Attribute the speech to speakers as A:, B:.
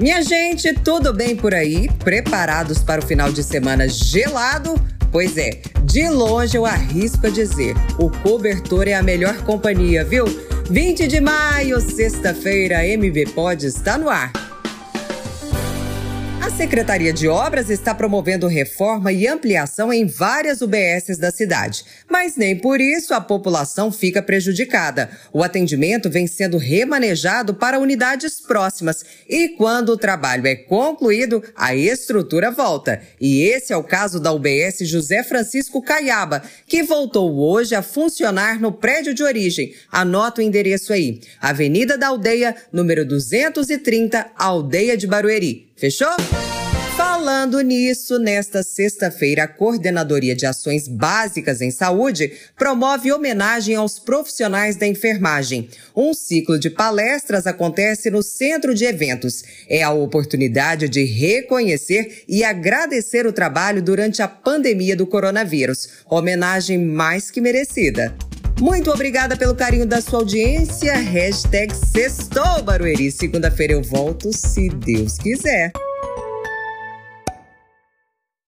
A: Minha gente, tudo bem por aí? Preparados para o final de semana gelado? Pois é, de longe eu arrisco a dizer, o cobertor é a melhor companhia, viu? 20 de maio, sexta-feira, MB Pod está no ar. A Secretaria de Obras está promovendo reforma e ampliação em várias UBSs da cidade, mas nem por isso a população fica prejudicada. O atendimento vem sendo remanejado para unidades próximas e quando o trabalho é concluído, a estrutura volta. E esse é o caso da UBS José Francisco Caiaba, que voltou hoje a funcionar no prédio de origem. Anota o endereço aí, Avenida da Aldeia, número 230, Aldeia de Barueri. Fechou? Falando nisso, nesta sexta-feira, a Coordenadoria de Ações Básicas em Saúde promove homenagem aos profissionais da enfermagem. Um ciclo de palestras acontece no Centro de Eventos. É a oportunidade de reconhecer e agradecer o trabalho durante a pandemia do coronavírus. Homenagem mais que merecida. Muito obrigada pelo carinho da sua audiência. #Sextou Barueri. Segunda-feira eu volto, se Deus quiser.